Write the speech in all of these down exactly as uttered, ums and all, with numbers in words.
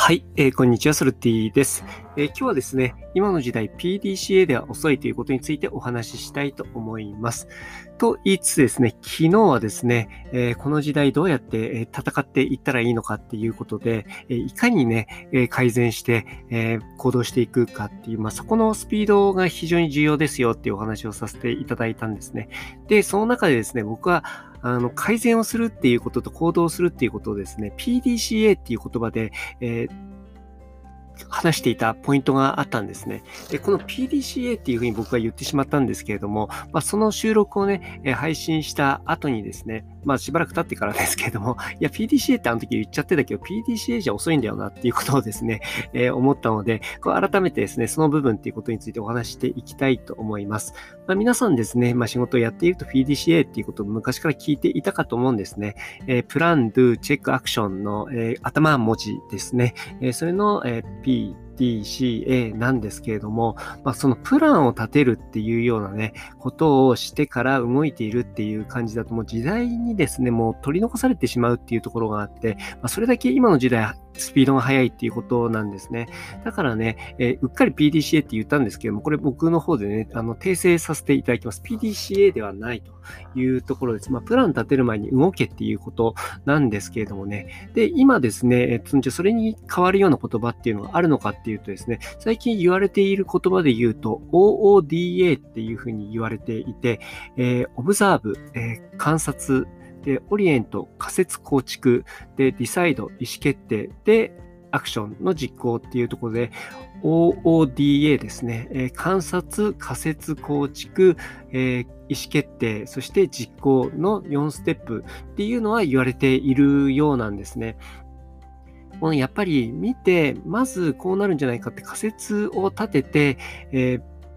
はい、えーこんにちは、ソルティです、えー今日はですね、今の時代 ピーディーシーエー では遅いということについてお話ししたいと思います。と言いつつですね、昨日はですね、えーこの時代どうやってえー戦っていったらいいのかっていうことで、えーいかにね、えー改善して、えー行動していくかっていう、まあ、そこのスピードが非常に重要ですよっていうお話をさせていただいたんですね。で、その中でですね、僕はあの改善をするっていうことと行動するっていうことをですね、ピーディーシーエー っていう言葉で、えー話していたポイントがあったんですね。で、この ピーディーシーエー っていうふうに僕は言ってしまったんですけれども、まあ、その収録をね、えー配信した後にですね、まあしばらく経ってからですけれども、いや、ピーディーシーエー ってあの時言っちゃってたけど、ピーディーシーエー じゃ遅いんだよなっていうことをですね、えー思ったので、こう改めてですね、その部分っていうことについてお話していきたいと思います。まあ、皆さんですね、まあ、仕事をやっていると ピーディーシーエー っていうことを昔から聞いていたかと思うんですね。えープラン、ドゥ、チェック、アクションの、えー頭文字ですね。えーそれの、えー P、ディーシーエー なんですけれども、まあ、そのプランを立てるっていうようなね、ことをしてから動いているっていう感じだと、もう時代にですね、もう取り残されてしまうっていうところがあって、まあ、それだけ今の時代、スピードが速いっていうことなんですね。だからね、えーうっかり ピーディーシーエー って言ったんですけども、これ僕の方でね、あの、訂正させていただきます。ピーディーシーエー ではないというところです。まあ、プラン立てる前に動けっていうことなんですけれどもね。で、今ですね、えっと、じゃあそれに変わるような言葉っていうのがあるのかっていうとですね、最近言われている言葉で言うと、オーオーディーエー っていうふうに言われていて、えー、オブザーブ、えー観察、で、オリエント、仮説構築、で、ディサイド、意思決定、で、アクションの実行っていうところで、オーオーディーエー ですね。えー観察、仮説構築、えー意思決定、そして実行のよんステップっていうのは言われているようなんですね。もうやっぱり見て、まずこうなるんじゃないかって仮説を立てて、えー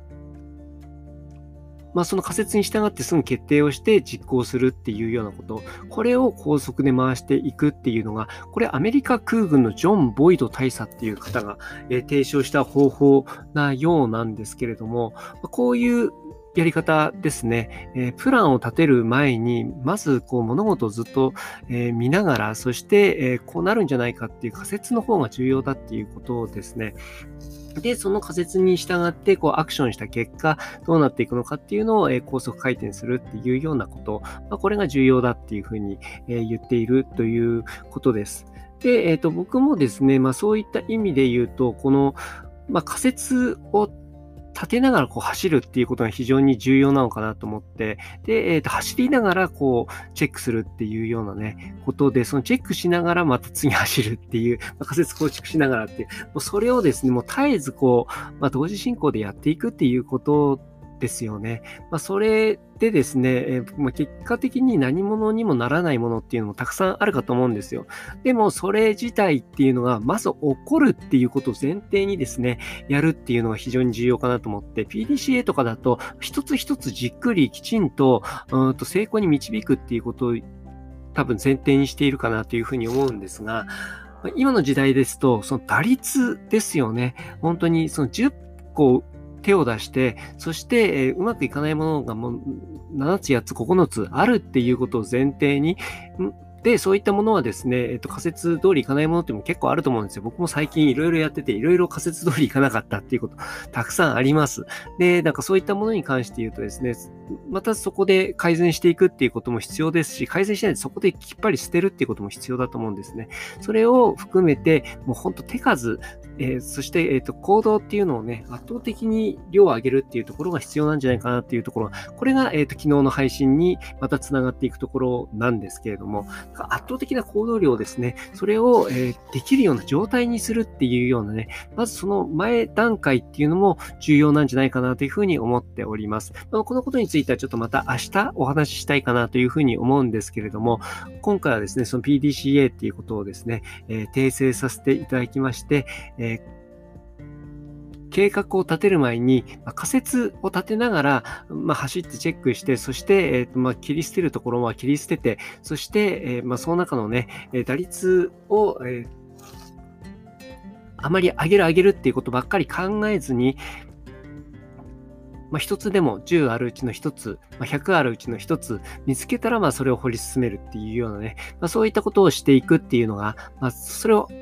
まあ、その仮説に従ってすぐ決定をして実行するっていうようなこと、これを高速で回していくっていうのが、これアメリカ空軍のジョン・ボイド大佐っていう方が、えー提唱した方法なようなんですけれども、こういうやり方ですね、えープランを立てる前に、まずこう物事をずっと、えー見ながら、そして、えーこうなるんじゃないかっていう仮説の方が重要だっていうことですね。で、その仮説に従って、こう、アクションした結果、どうなっていくのかっていうのを、えー高速回転するっていうようなこと、まあ、これが重要だっていうふうに、えー言っているということです。で、えっと、僕もですね、まあ、そういった意味で言うと、この、まあ、仮説を立てながらこう走るっていうことが非常に重要なのかなと思って、で、えっと、走りながらこう、チェックするっていうようなね、ことで、そのチェックしながらまた次走るっていう、まあ、仮説構築しながらっていう、もうそれをですね、もう絶えずこう、まあ、同時進行でやっていくっていうことですよね。まあ、それでですね、えーまあ、結果的に何者にもならないものっていうのもたくさんあるかと思うんですよ。でも、それ自体っていうのが、まず起こるっていうことを前提にですね、やるっていうのが非常に重要かなと思って、ピーディーシーエー とかだと、一つ一つじっくりきちんと、うんと成功に導くっていうことを多分前提にしているかなというふうに思うんですが、今の時代ですと、その打率ですよね。本当にそのじゅっこ手を出して、そして、えーうまくいかないものがもうななつ、やっつ、ここのつあるっていうことを前提に、んで、そういったものはですね、えっと、仮説通りいかないものっていうのも結構あると思うんですよ。僕も最近いろいろやってて、いろいろ仮説通りいかなかったっていうこと、たくさんあります。で、なんかそういったものに関して言うとですね、またそこで改善していくっていうことも必要ですし、改善しないでそこできっぱり捨てるっていうことも必要だと思うんですね。それを含めて、もうほんと手数、えーそして、えっと、行動っていうのをね、圧倒的に量を上げるっていうところが必要なんじゃないかなっていうところ、これが、えっと、昨日の配信にまた繋がっていくところなんですけれども、圧倒的な行動量ですね、それを、えーできるような状態にするっていうようなね、まずその前段階っていうのも重要なんじゃないかなというふうに思っております。まあこのことについてはちょっとまた明日お話ししたいかなというふうに思うんですけれども、今回はですね、その ピーディーシーエー っていうことをですね、えー訂正させていただきまして、えー計画を立てる前に、まあ、仮説を立てながら、まあ、走ってチェックして、そして、えーとまあ、切り捨てるところは切り捨てて、そして、えーまあ、その中のね、えー打率を、えーあまり上げる上げるっていうことばっかり考えずに、まあ、一つでもじゅうあるうちの一つ、まあ、ひゃくあるうちの一つ見つけたら、まあ、それを掘り進めるっていうようなね、まあ、そういったことをしていくっていうのが、まあ、それを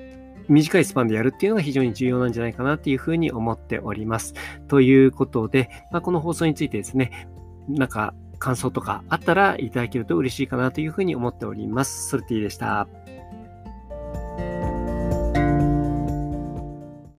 短いスパンでやるっていうのが非常に重要なんじゃないかなっていうふうに思っております。ということで、まあ、この放送についてですね、なんか感想とかあったらいただけると嬉しいかなというふうに思っております。ソルティでした。